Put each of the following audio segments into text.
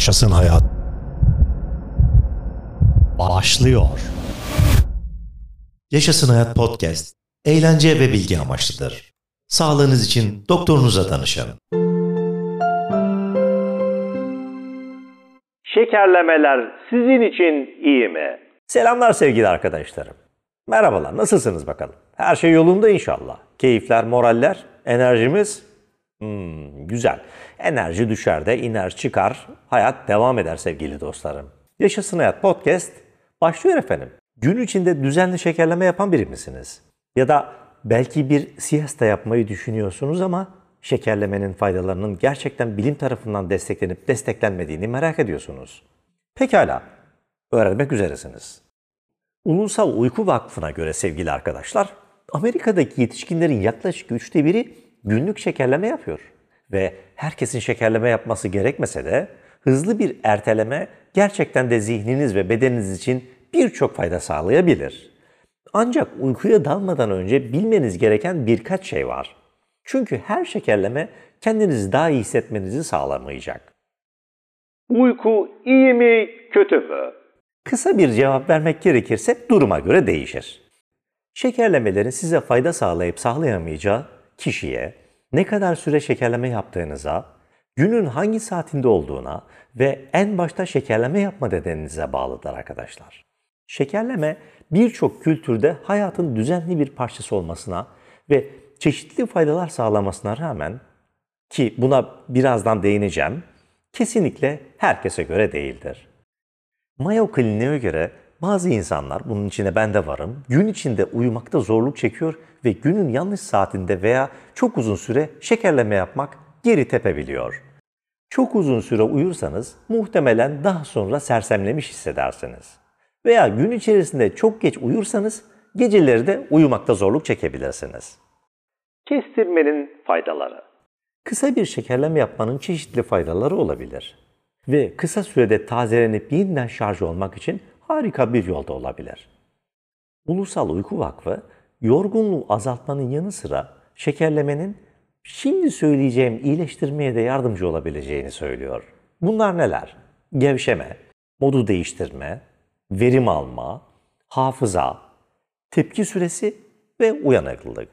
Yaşasın hayat. Başlıyor. Yaşasın Hayat Podcast, eğlence ve bilgi amaçlıdır. Sağlığınız için doktorunuza danışın. Şekerlemeler sizin için iyi mi? Selamlar sevgili arkadaşlarım. Merhabalar, nasılsınız bakalım? Her şey yolunda inşallah. Keyifler, moraller, enerjimiz güzel. Enerji düşer de iner çıkar, hayat devam eder sevgili dostlarım. Yaşasın Hayat Podcast başlıyor efendim. Gün içinde düzenli şekerleme yapan biri misiniz? Ya da belki bir siesta yapmayı düşünüyorsunuz ama şekerlemenin faydalarının gerçekten bilim tarafından desteklenip desteklenmediğini merak ediyorsunuz. Pekala, öğrenmek üzeresiniz. Ulusal Uyku Vakfı'na göre sevgili arkadaşlar, Amerika'daki yetişkinlerin yaklaşık 1/3 günlük şekerleme yapıyor. Ve herkesin şekerleme yapması gerekmese de hızlı bir erteleme gerçekten de zihniniz ve bedeniniz için birçok fayda sağlayabilir. Ancak uykuya dalmadan önce bilmeniz gereken birkaç şey var. Çünkü her şekerleme kendinizi daha iyi hissetmenizi sağlamayacak. Uyku iyi mi, kötü mü? Kısa bir cevap vermek gerekirse duruma göre değişir. Şekerlemelerin size fayda sağlayıp sağlayamayacağı kişiye, ne kadar süre şekerleme yaptığınıza, günün hangi saatinde olduğuna ve en başta şekerleme yapma nedeninize bağlıdır arkadaşlar. Şekerleme birçok kültürde hayatın düzenli bir parçası olmasına ve çeşitli faydalar sağlamasına rağmen, ki buna birazdan değineceğim, kesinlikle herkese göre değildir. Mayo Clinic'e göre bazı insanlar, bunun içine ben de varım, gün içinde uyumakta zorluk çekiyor ve günün yanlış saatinde veya çok uzun süre şekerleme yapmak geri tepebiliyor. Çok uzun süre uyursanız muhtemelen daha sonra sersemlemiş hissedersiniz. Veya gün içerisinde çok geç uyursanız geceleri de uyumakta zorluk çekebilirsiniz. Kestirmenin faydaları. Kısa bir şekerleme yapmanın çeşitli faydaları olabilir. Ve kısa sürede tazelenip yeniden şarj olmak için harika bir yolda olabilir. Ulusal Uyku Vakfı, yorgunluğu azaltmanın yanı sıra şekerlemenin şimdi söyleyeceğim iyileştirmeye de yardımcı olabileceğini söylüyor. Bunlar neler? Gevşeme, modu değiştirme, verim alma, hafıza, tepki süresi ve uyanıklılık.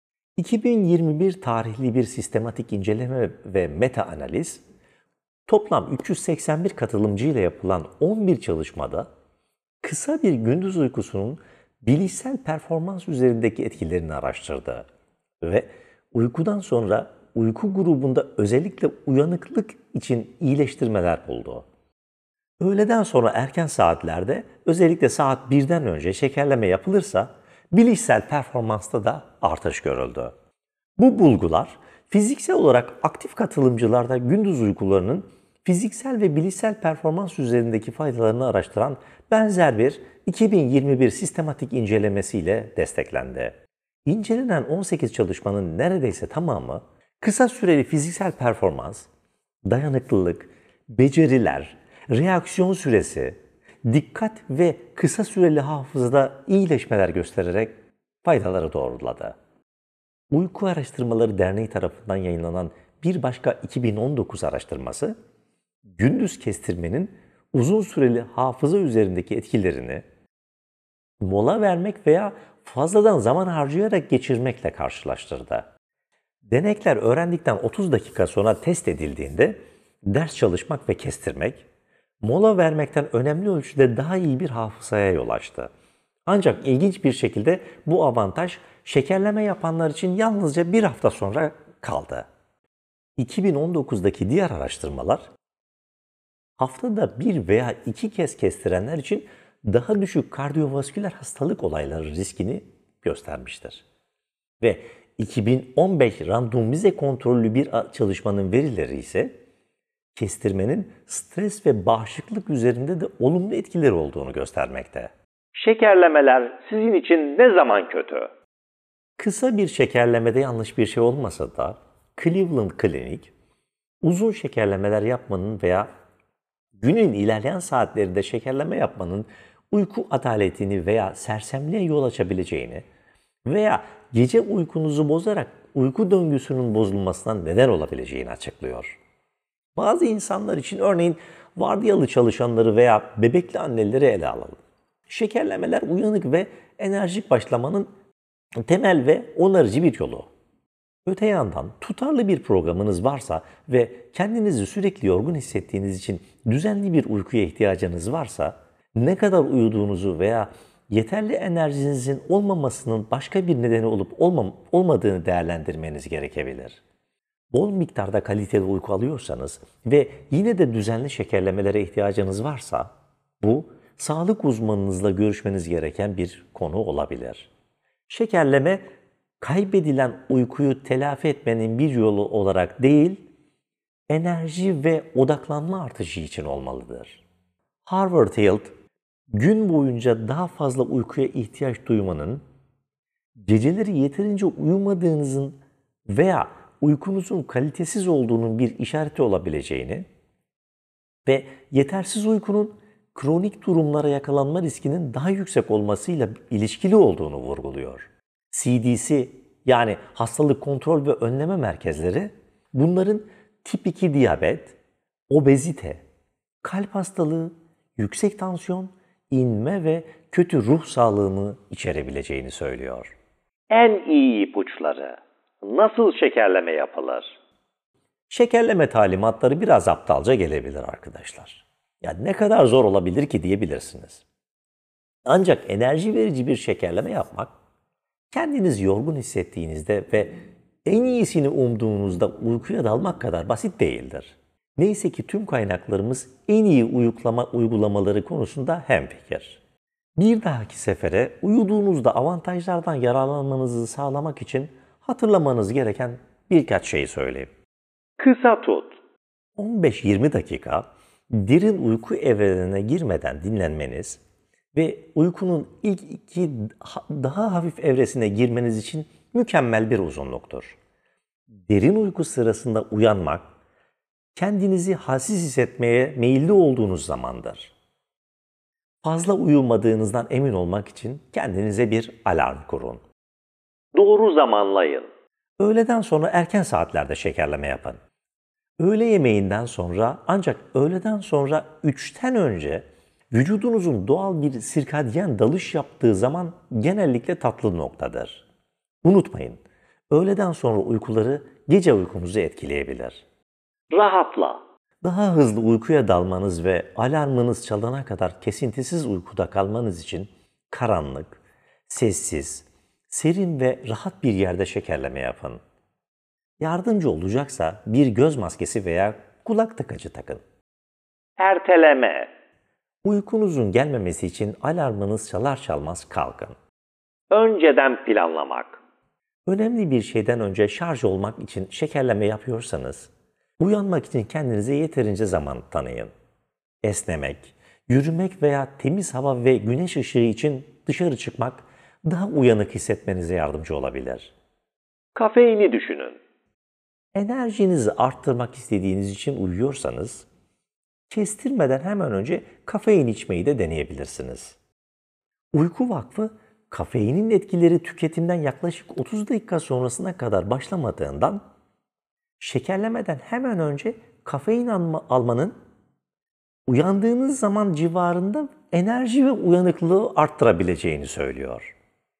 2021 tarihli bir sistematik inceleme ve meta analiz, toplam 381 katılımcı ile yapılan 11 çalışmada kısa bir gündüz uykusunun bilişsel performans üzerindeki etkilerini araştırdı ve uykudan sonra uyku grubunda özellikle uyanıklık için iyileştirmeler buldu. Öğleden sonra erken saatlerde, özellikle saat 1'den önce şekerleme yapılırsa bilişsel performansta da artış görüldü. Bu bulgular fiziksel olarak aktif katılımcılarda gündüz uykularının fiziksel ve bilişsel performans üzerindeki faydalarını araştıran benzer bir 2021 sistematik incelemesiyle desteklendi. İncelenen 18 çalışmanın neredeyse tamamı kısa süreli fiziksel performans, dayanıklılık, beceriler, reaksiyon süresi, dikkat ve kısa süreli hafızada iyileşmeler göstererek faydaları doğruladı. Uyku Araştırmaları Derneği tarafından yayınlanan bir başka 2019 araştırması, gündüz kestirmenin uzun süreli hafıza üzerindeki etkilerini mola vermek veya fazladan zaman harcayarak geçirmekle karşılaştırdı. Denekler öğrendikten 30 dakika sonra test edildiğinde ders çalışmak ve kestirmek, mola vermekten önemli ölçüde daha iyi bir hafızaya yol açtı. Ancak ilginç bir şekilde bu avantaj şekerleme yapanlar için yalnızca bir hafta sonra kaldı. 2019'daki diğer araştırmalar, haftada 1 veya 2 kez kestirenler için daha düşük kardiyovasküler hastalık olayları riskini göstermiştir. Ve 2015 randomize kontrollü bir çalışmanın verileri ise kestirmenin stres ve bağışıklık üzerinde de olumlu etkileri olduğunu göstermekte. Şekerlemeler sizin için ne zaman kötü? Kısa bir şekerlemede yanlış bir şey olmasa da Cleveland Clinic, uzun şekerlemeler yapmanın veya günün ilerleyen saatlerinde şekerleme yapmanın uyku adaletini veya sersemliğe yol açabileceğini veya gece uykunuzu bozarak uyku döngüsünün bozulmasına neden olabileceğini açıklıyor. Bazı insanlar için örneğin vardiyalı çalışanları veya bebekli anneleri ele alalım. Şekerlemeler uyanık ve enerjik başlamanın temel ve onarıcı bir yolu. Öte yandan tutarlı bir programınız varsa ve kendinizi sürekli yorgun hissettiğiniz için düzenli bir uykuya ihtiyacınız varsa, ne kadar uyuduğunuzu veya yeterli enerjinizin olmamasının başka bir nedeni olup olmadığını değerlendirmeniz gerekebilir. Bol miktarda kaliteli uyku alıyorsanız ve yine de düzenli şekerlemelere ihtiyacınız varsa, bu sağlık uzmanınızla görüşmeniz gereken bir konu olabilir. Şekerleme, kaybedilen uykuyu telafi etmenin bir yolu olarak değil, enerji ve odaklanma artışı için olmalıdır. Harvard Health, gün boyunca daha fazla uykuya ihtiyaç duymanın, geceleri yeterince uyumadığınızın veya uykunuzun kalitesiz olduğunun bir işareti olabileceğini ve yetersiz uykunun kronik durumlara yakalanma riskinin daha yüksek olmasıyla ilişkili olduğunu vurguluyor. CDC yani Hastalık Kontrol ve Önleme Merkezleri bunların tip 2 diyabet, obezite, kalp hastalığı, yüksek tansiyon, inme ve kötü ruh sağlığını içerebileceğini söylüyor. En iyi ipuçları. Nasıl şekerleme yapılır? Şekerleme talimatları biraz aptalca gelebilir arkadaşlar. Ya ne kadar zor olabilir ki diyebilirsiniz. Ancak enerji verici bir şekerleme yapmak, kendinizi yorgun hissettiğinizde ve en iyisini umduğunuzda uykuya dalmak kadar basit değildir. Neyse ki tüm kaynaklarımız en iyi uyuklama uygulamaları konusunda hemfikir. Bir dahaki sefere uyuduğunuzda avantajlardan yararlanmanızı sağlamak için hatırlamanız gereken birkaç şey söyleyeyim. Kısa tut. 15-20 dakika derin uyku evrelerine girmeden dinlenmeniz ve uykunun ilk iki daha hafif evresine girmeniz için mükemmel bir uzunluktur. Derin uyku sırasında uyanmak, kendinizi halsiz hissetmeye meyilli olduğunuz zamandır. Fazla uyumadığınızdan emin olmak için kendinize bir alarm kurun. Doğru zamanlayın. Öğleden sonra erken saatlerde şekerleme yapın. Öğle yemeğinden sonra ancak öğleden sonra 3'ten önce vücudunuzun doğal bir sirkadyen dalış yaptığı zaman genellikle tatlı noktadır. Unutmayın, öğleden sonra uykuları gece uykunuzu etkileyebilir. Rahatla. Daha hızlı uykuya dalmanız ve alarmınız çalana kadar kesintisiz uykuda kalmanız için karanlık, sessiz, serin ve rahat bir yerde şekerleme yapın. Yardımcı olacaksa bir göz maskesi veya kulak takıcı takın. Erteleme. Uykunuzun gelmemesi için alarmınız çalar çalmaz kalkın. Önceden planlamak. Önemli bir şeyden önce şarj olmak için şekerleme yapıyorsanız, uyanmak için kendinize yeterince zaman tanıyın. Esnemek, yürümek veya temiz hava ve güneş ışığı için dışarı çıkmak daha uyanık hissetmenize yardımcı olabilir. Kafeini düşünün. Enerjinizi arttırmak istediğiniz için uyuyorsanız, kestirmeden hemen önce kafein içmeyi de deneyebilirsiniz. Uyku Vakfı, kafeinin etkileri tüketimden yaklaşık 30 dakika sonrasına kadar başlamadığından, şekerlemeden hemen önce kafein almanın uyandığınız zaman civarında enerji ve uyanıklığı arttırabileceğini söylüyor.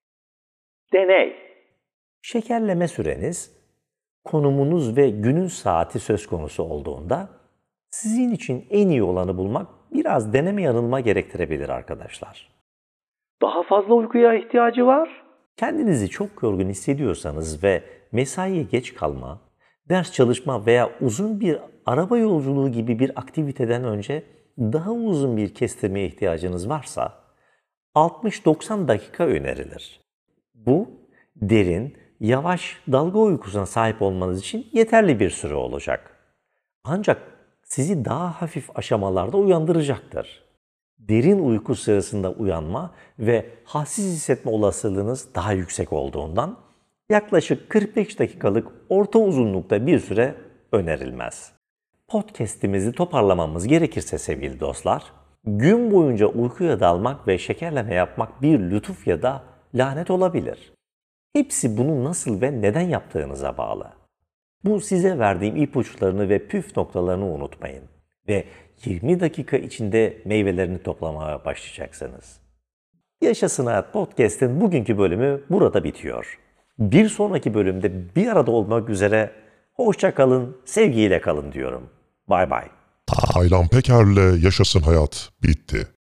Deney. Şekerleme süreniz, konumunuz ve günün saati söz konusu olduğunda sizin için en iyi olanı bulmak biraz deneme yanılma gerektirebilir arkadaşlar. Daha fazla uykuya ihtiyacı var. Kendinizi çok yorgun hissediyorsanız ve mesaiye geç kalma, ders çalışma veya uzun bir araba yolculuğu gibi bir aktiviteden önce daha uzun bir kestirmeye ihtiyacınız varsa 60-90 dakika önerilir. Bu derin, yavaş dalga uykusuna sahip olmanız için yeterli bir süre olacak. Ancak sizi daha hafif aşamalarda uyandıracaktır. Derin uyku sırasında uyanma ve halsiz hissetme olasılığınız daha yüksek olduğundan yaklaşık 45 dakikalık orta uzunlukta bir süre önerilmez. Podcast'imizi toparlamamız gerekirse sevgili dostlar, gün boyunca uykuya dalmak ve şekerleme yapmak bir lütuf ya da lanet olabilir. Hepsi bunu nasıl ve neden yaptığınıza bağlı. Bu size verdiğim ipuçlarını ve püf noktalarını unutmayın. Ve 20 dakika içinde meyvelerini toplamaya başlayacaksınız. Yaşasın Hayat Podcast'in bugünkü bölümü burada bitiyor. Bir sonraki bölümde bir arada olmak üzere hoşça kalın, sevgiyle kalın diyorum. Bay bay. Taylan Peker'le Yaşasın Hayat bitti.